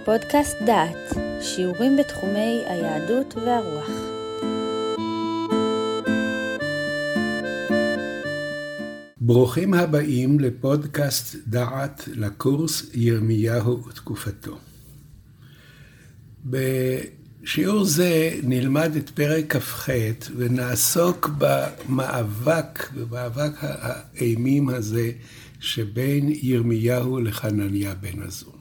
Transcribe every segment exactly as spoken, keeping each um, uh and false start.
פודקאסט דעת, שיעורים בתחומי היהדות והרוח. ברוכים הבאים לפודקאסט דעת לקורס ירמיהו ותקופתו. בשיעור זה נלמד את פרק כ"ח ונעסוק במאבק, במאבק האימים הזה שבין ירמיהו לחנניה בן עזור.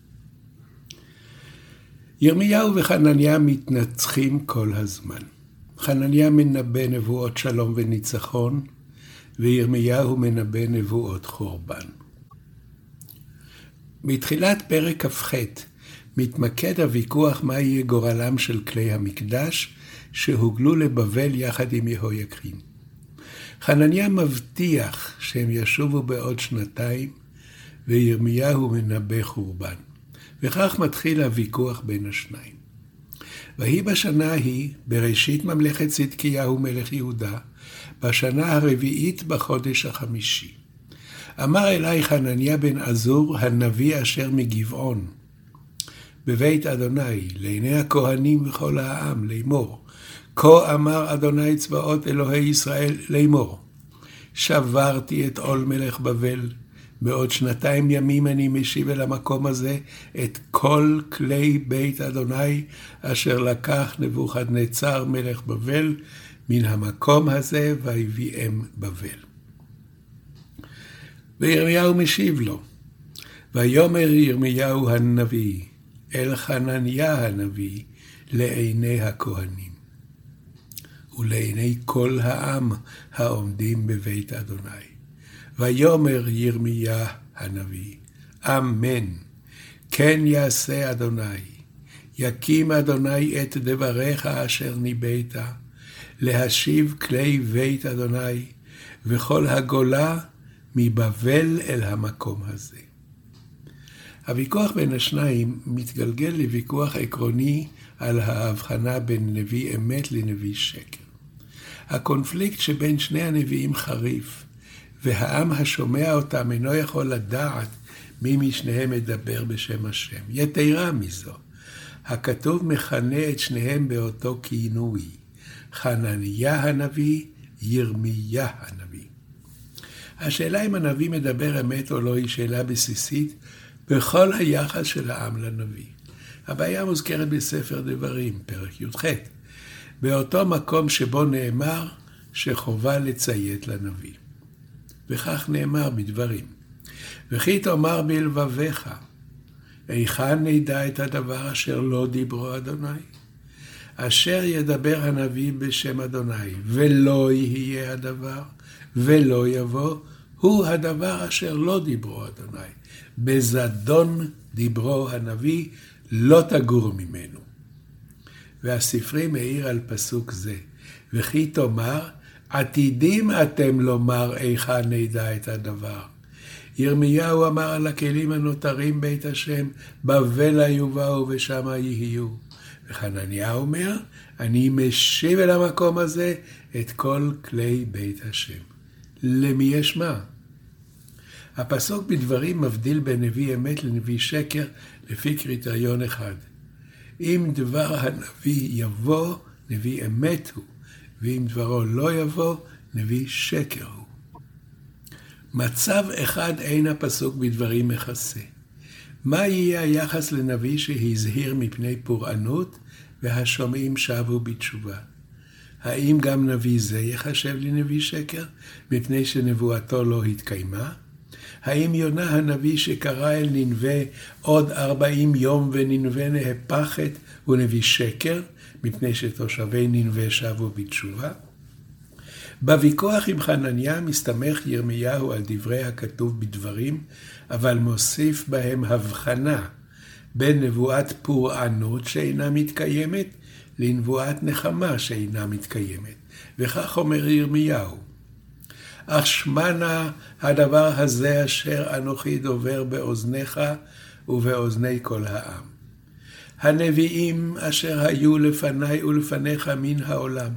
ירמיהו וחנניה מתנצחים כל הזמן. חנניה מנבא נבואות שלום וניצחון, וירמיהו מנבא נבואות חורבן. בתחילת פרק כ"ח מתמקד הוויכוח מה יהיה גורלם של כלי המקדש שהוגלו לבבל יחד עם יהויקים. חנניה מבטיח שהם ישובו בעוד שנתיים, וירמיהו מנבא חורבן. וכך מתחיל הוויכוח בין השניים. והיא בשנה ההיא, בראשית ממלכת צדקיהו מלך יהודה, בשנה הרביעית בחודש החמישי. אמר אלי חנניה בן עזור, הנביא אשר מגבעון, בבית אדוני, לעיני הכהנים וכל העם, לאמור, כה אמר אדוני צבאות אלוהי ישראל, לאמור, שברתי את עול מלך בבל, בעוד שנתיים ימים אני משיב אל המקום הזה את כל כלי בית אדוני אשר לקח נבוכדנצר מלך בבל מן המקום הזה ויביאם בבל. וירמיהו משיב לו, ויאמר ירמיהו הנביא אל חנניה הנביא לעיני הכהנים ולעיני כל העם העומדים בבית אדוני. ויאמר ירמיה הנביא, אמן, כן יעשה אדוני, יקים אדוני את דבריך אשר ניבאת, להשיב כלי בית אדוני, וכל הגולה מבבל אל המקום הזה. הוויכוח בין השניים מתגלגל לוויכוח עקרוני על ההבחנה בין נביא אמת לנביא שקר. הקונפליקט שבין שני הנביאים חריף, והעם השומע אותם אינו יכול לדעת מי משניהם מדבר בשם השם. יתרה מזו, הכתוב מכנה את שניהם באותו כינוי, חנניה הנביא, ירמיה הנביא. השאלה אם הנביא מדבר אמת או לא היא שאלה בסיסית בכל היחס של העם לנביא. הבעיה מוזכרת בספר דברים, פרק י"ח, באותו מקום שבו נאמר שחובה לציית לנביא. וכך נאמר בדברים, וכי תאמר בלבביך, היכן נדע את הדבר אשר לא דיברו אדוני? אשר ידבר הנביא בשם אדוני, ולא יהיה הדבר, ולא יבוא, הוא הדבר אשר לא דיברו אדוני. בזדון דיברו הנביא, לא תגור ממנו. והספרי מאיר על פסוק זה, וכי תאמר, עתידים אתם לומר איכה נדע את הדבר. ירמיהו אמר על הכלים הנותרים בית השם, בבל יובאו ושמה יהיו. וחנניה אומר, אני משיב אל המקום הזה את כל כלי בית השם. למי יש מה? הפסוק בדברים מבדיל בין נביא אמת לנביא שקר לפי קריטריון אחד. אם דבר הנביא יבוא, נביא אמת הוא. ואם דברו לא יבוא, נביא שקר הוא. מצב אחד אין הפסוק בדברים מכסה. מה יהיה היחס לנביא שהזהיר מפני פורענות, והשומעים שבו בתשובה? האם גם נביא זה יחשב לנביא שקר, מפני שנבואתו לא התקיימה? האם יונה הנביא שקרא אל ננבה עוד ארבעים יום וננבה נהפכת הוא נביא שקר, מפני שתושבי ננבה שבו בתשובה? בוויכוח עם חנניה מסתמך ירמיהו על דברי הכתוב בדברים, אבל מוסיף בהם הבחנה בין נבואת פורענות שאינה מתקיימת, לנבואת נחמה שאינה מתקיימת. וכך אומר ירמיהו, אך שמנה הדבר הזה אשר אנוכי דובר באוזניך ובאוזני כל העם. הנביאים אשר היו לפני ולפניך מן העולם,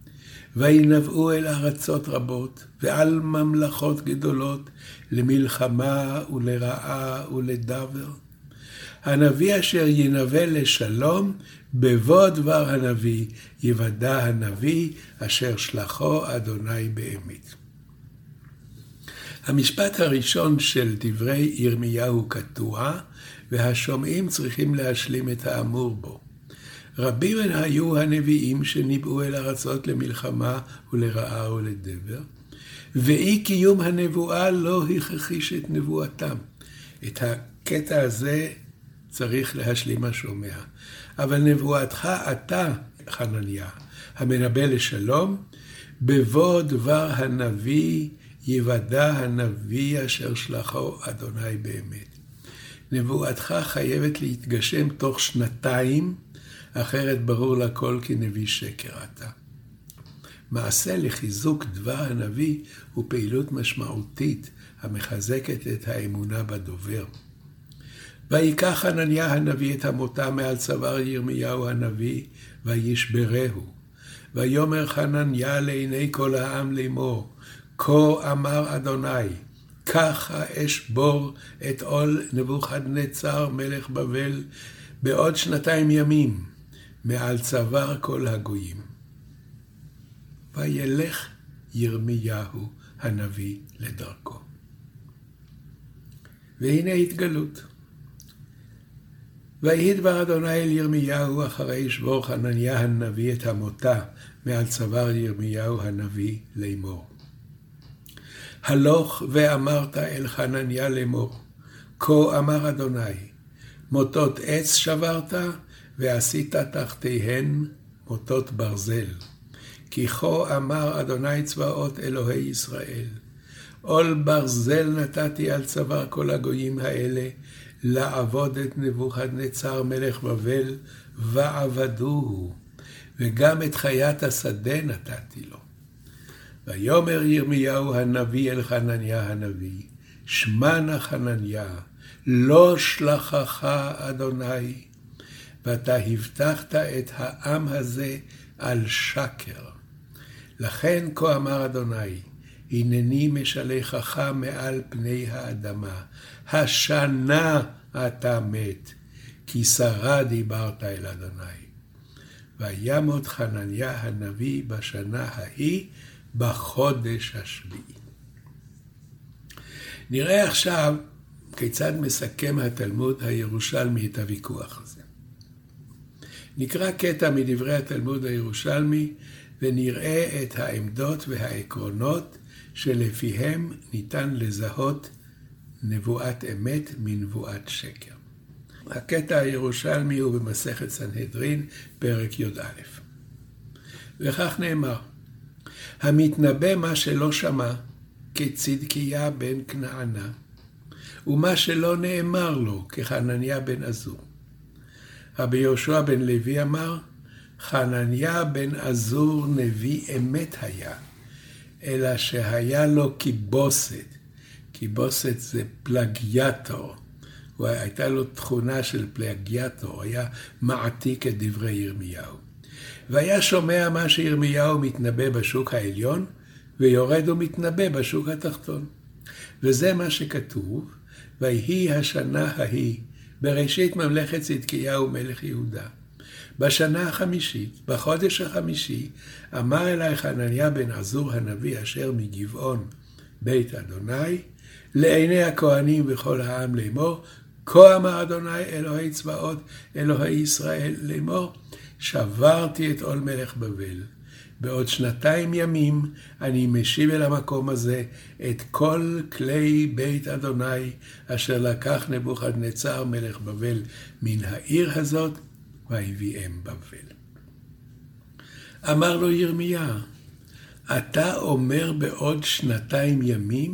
וינבאו אל ארצות רבות, ועל ממלכות גדולות, למלחמה ולרעה ולדבר. הנביא אשר ינבא לשלום, בבוא דבר הנביא, יוודע הנביא אשר שלחו אדוני באמת. המשפט הראשון של דברי ירמיהו קטוע, והשומעים צריכים להשלים את האמור בו. רבים היו הנביאים שניבאו אל ארצות למלחמה ולרעה ולדבר, ואי קיום הנבואה לא הכחיש את נבואתם. את הקטע הזה צריך להשלים השומע. אבל נבואתך אתה, חנניה, המנבא לשלום, בבוא דבר הנביא, יוודע הנביא אשר שלחו אדוני באמת. נבואתך חייבת להתגשם תוך שנתיים, אחרת ברור לכל כי נביא שקר אתה. מעשה לחיזוק דבר הנביא הוא פעילות משמעותית המחזקת את האמונה בדובר. ויקח חנניה הנביא את המותה מעל צוואר ירמיהו הנביא, וישברהו. ויאמר חנניה לעיני כל העם לאמור, כה אמר אדוני, ככה אשבור את עול נבוכדנצר מלך בבל בעוד שנתיים ימים, מעל צוואר כל הגויים. וילך ירמיהו הנביא לדרכו. והנה התגלות. ויהי דבר אדוני אל ירמיהו אחרי שבור חנניה הנביא את המותה מעל צוואר ירמיהו הנביא לאמור. הלוך ואמרת אל חנניה לאמור, כה אמר אדוני, מוטות עץ שברת ועשית תחתיהן מוטות ברזל. כי כה אמר אדוני צבאות אלוהי ישראל, עול ברזל נתתי על צוואר כל הגויים האלה, לעבוד את נבוכדנצר מלך בבל, ועבדוהו, וגם את חיית השדה נתתי לו. ויאמר ירמיהו הנביא אל חנניה הנביא, שמע נא חנניה, לא שלחך אדוני, ואתה הבטחת את העם הזה על שקר. לכן כה אמר אדוני, הנני משלחך מעל פני האדמה, השנה אתה מת, כי שרה דיברת אל אדוני. וימות חנניה הנביא בשנה ההיא, בחודש השביעי. נראה עכשיו כיצד מסכם התלמוד הירושלמי את הוויכוח הזה. נקרא קטע מדברי התלמוד הירושלמי, ונראה את העמדות והעקרונות שלפיהם ניתן לזהות נבואת אמת מנבואת שקר. הקטע הירושלמי הוא במסכת סנהדרין, פרק י"א. וכך נאמר, המתנבא מה שלא שמע, כצדקיה בן כנענה, ומה שלא נאמר לו, כחנניה בן עזור. רבי יהושע בן לוי אמר, חנניה בן עזור נביא אמת היה, אלא שהיה לו קיבוסת. קיבוסת זה פלגיאטור. הייתה לו תכונה של פלגיאטור, היה מעתיק את דברי ירמיהו. והיה שומע מה שירמיהו מתנבא בשוק העליון, ויורד ומתנבא בשוק התחתון. וזה מה שכתוב, ויהי השנה ההיא, בראשית ממלכת צדקיהו מלך יהודה. בשנה החמישית, בחודש החמישי, אמר אלי חנניה בן עזור הנביא אשר מגבעון בית אדוני, לעיני הכהנים וכל העם לאמור, כה אמר אדוני אלוהי צבאות, אלוהי ישראל לאמור, שברתי את עול מלך בבל. בעוד שנתיים ימים אני משיב אל המקום הזה את כל כלי בית אדוני, אשר לקח נבוכדנצר מלך בבל מן העיר הזאת, והביאם בבל. אמר לו ירמיה, אתה אומר בעוד שנתיים ימים,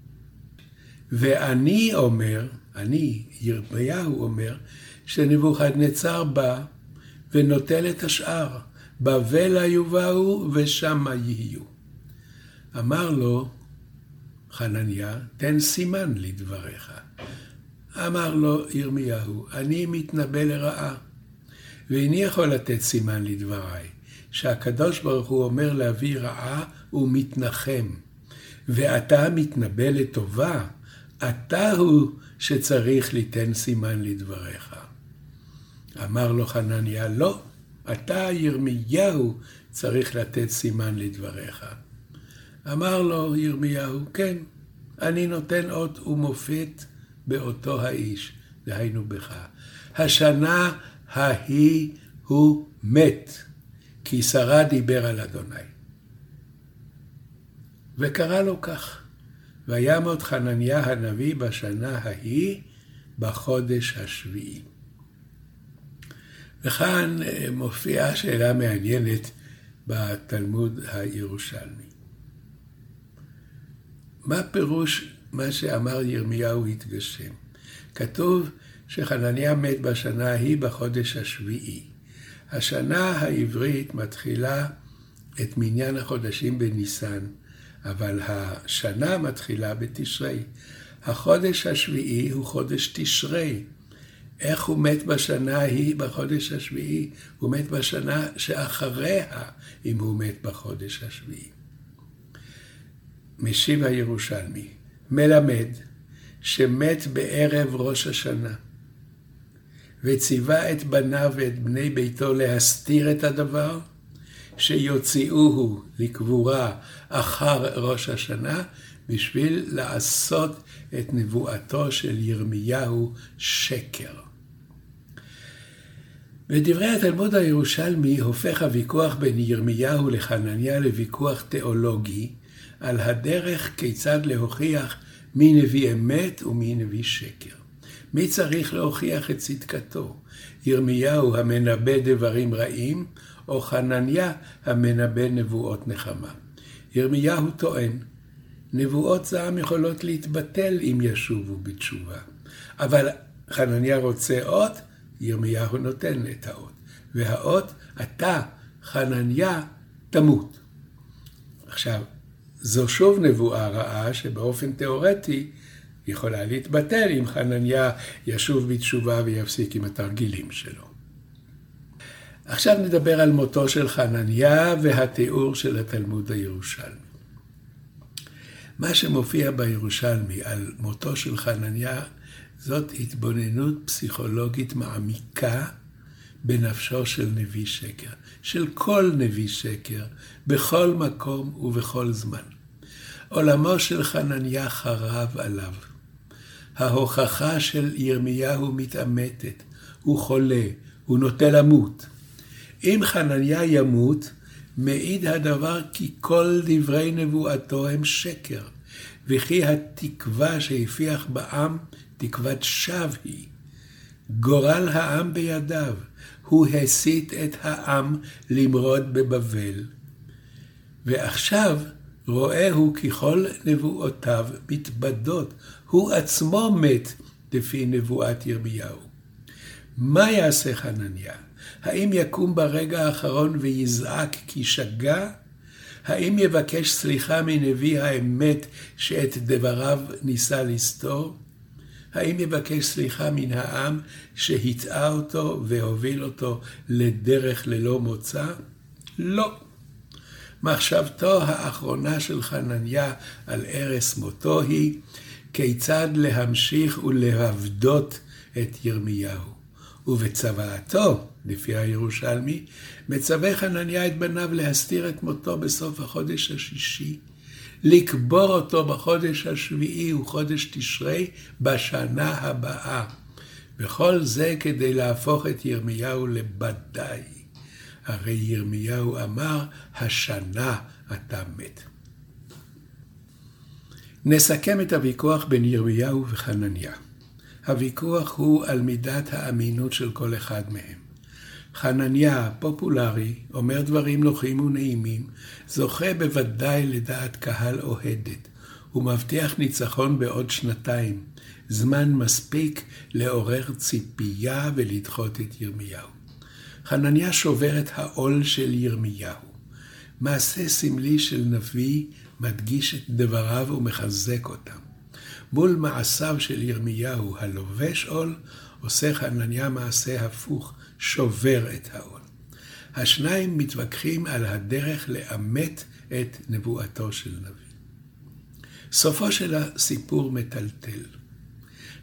ואני אומר, אני, ירמיהו אומר, שנבוכדנצר בא ונוטל את השאר, בבל היובאו ושמה יהיו. אמר לו חנניה, תן סימן לדבריך. אמר לו ירמיהו, אני מתנבא לרעה, ואיני יכול לתת סימן לדבריי, שהקדוש ברוך הוא אומר להביא רעה ומתנחם, ואתה מתנבא לטובה, אתה הוא שצריך ליתן סימן לדבריך. אמר לו חנניה, לא, אתה ירמיהו צריך לתת סימן לדבריך. אמר לו ירמיהו, כן, אני נותן אות ומופת באותו האיש, דהיינו בך. השנה ההיא הוא מת, כי שרה דיבר על אדוני. וקרא לו כך, וימות חנניה הנביא בשנה ההיא בחודש השביעי. וכאן מופיעה שאלה מעניינת בתלמוד הירושלמי. מה פירוש מה שאמר ירמיהו התגשם? כתוב שחנניה מת בשנה ההיא בחודש השביעי. השנה העברית מתחילה את מניין החודשים בניסן, אבל השנה מתחילה בתשרי. החודש השביעי הוא חודש תשרי. איך הוא מת בשנה ההיא בחודש השביעי? הוא מת בשנה שאחריה, אם הוא מת בחודש השביעי. משיב הירושלמי, מלמד שמת בערב ראש השנה, וציווה את בניו ואת בני ביתו להסתיר את הדבר, שיוציאוהו לקבורה אחר ראש השנה, בשביל לעשות את נבואתו של ירמיהו שקר. בדברי התלמוד הירושלמי הופך הוויכוח בין ירמיהו לחנניה לוויכוח תיאולוגי, על הדרך כיצד להוכיח מי נביא אמת ומי נביא שקר. מי צריך להוכיח את צדקתו? ירמיהו המנבא דברים רעים, או חנניה המנבא נבואות נחמה? ירמיהו טוען, נבואות זעם יכולות להתבטל אם ישובו בתשובה. אבל חנניה רוצה אות, ירמיהו נותן את האות. והאות, אתה, חנניה, תמות. עכשיו, זו שוב נבואה רעה שבאופן תיאורטי יכולה להתבטל אם חנניה ישוב בתשובה ויפסיק עם התרגילים שלו. עכשיו נדבר על מותו של חנניה והתיאור של התלמוד הירושלמי. מה שמופיע בירושלמי על מותו של חנניה זאת התבוננות פסיכולוגית מעמיקה בנפשו של נביא שקר, של כל נביא שקר, בכל מקום ובכל זמן. עולמו של חנניה חרב עליו. ההוכחה של ירמיהו מתאמתת, הוא חולה, הוא נוטה למות. אם חנניה ימות, מעיד הדבר כי כל דברי נבואתו הם שקר, וכי התקווה שהפיח בעם, תקוות שווא היא. גורל העם בידיו, הוא הסית את העם למרוד בבבל. ועכשיו רואה הוא ככל נבואותיו מתבדות, הוא עצמו מת לפי נבואת ירמיהו. מה יעשה חנניה? האם יקום ברגע האחרון ויזעק כי שגה? האם יבקש סליחה מנביא האמת שאת דבריו ניסה לסתור? האם יבקש סליחה מן העם שהטעה אותו והוביל אותו לדרך ללא מוצא? לא. מחשבתו האחרונה של חנניה על ערש מותו היא כיצד להמשיך ולהבדות את ירמיהו. ובצוואתו, לפי הירושלמי, מצווה חנניה את בניו להסתיר את מותו בסוף החודש השישי, לקבור אותו בחודש השביעי וחודש תשרי בשנה הבאה. וכל זה כדי להפוך את ירמיהו לבדאי. הרי ירמיהו אמר, השנה אתה מת. נסכם את הוויכוח בין ירמיהו וחנניה. הוויכוח הוא על מידת האמינות של כל אחד מהם. חנניה, פופולרי, אומר דברים נוחים ונעימים, זוכה בוודאי לדעת קהל אוהדת. הוא מבטיח ניצחון בעוד שנתיים, זמן מספיק לעורר ציפייה ולדחות את ירמיהו. חנניה שובר את העול של ירמיהו. מעשה סמלי של נביא מדגיש את דבריו ומחזק אותם. מול מעשיו של ירמיהו הלובש עול, עושה חנניה מעשה הפוך, שובר את העול. השניים מתווכחים על הדרך לאמת את נבואתו של נביא. סופו של הסיפור מטלטל.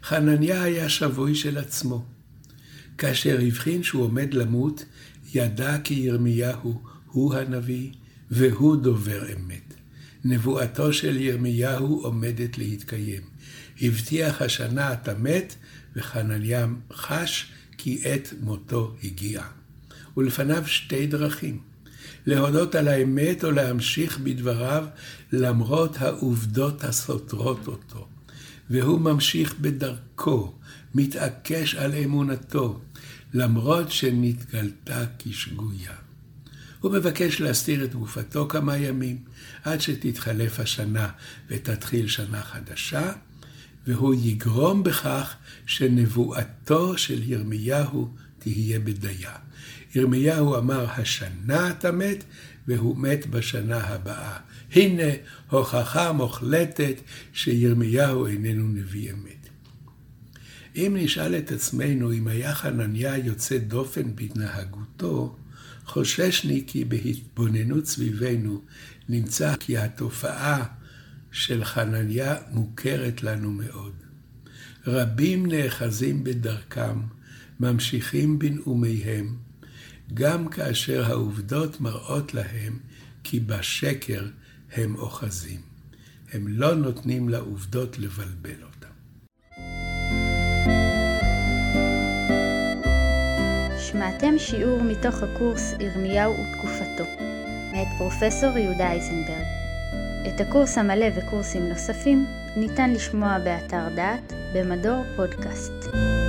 חנניה היה שבוי של עצמו. כאשר הבחין שהוא עומד למות, ידע כי ירמיהו הוא הנביא והוא דובר אמת. נבואתו של ירמיהו עומדת להתקיים. הבטיח השנה אתה מת, וחנניה חש כי עת מותו הגיע. ולפניו שתי דרכים, להודות על האמת או להמשיך בדבריו למרות העובדות הסותרות אותו. והוא ממשיך בדרכו, מתעקש על אמונתו, למרות שנתגלתה כשגויה. הוא מבקש להסתיר את גופתו כמה ימים, עד שתתחלף השנה ותתחיל שנה חדשה, והוא יגרום בכך שנבואתו של ירמיהו תהיה בדיה. ירמיהו אמר, השנה אתה מת, והוא מת בשנה הבאה. הנה הוכחה מוחלטת שירמיהו איננו נביא אמת. אם נשאל את עצמנו אם היה חנניה יוצא דופן בהתנהגותו, חוששני כי בהתבוננות סביבנו נמצא כי התופעה של חנניה מוכרת לנו מאוד. רבים נאחזים בדרכם, ממשיכים בנאומיהם, גם כאשר העובדות מראות להם כי בשקר הם אוחזים. הם לא נותנים לעובדות לבלבל אותם. שמעתם שיעור מתוך הקורס ירמיהו ותקופתו, מאת פרופסור יהודה אייזנברג. את הקורס המלא וקורסים נוספים ניתן לשמוע באתר דעת במדור פודקאסט.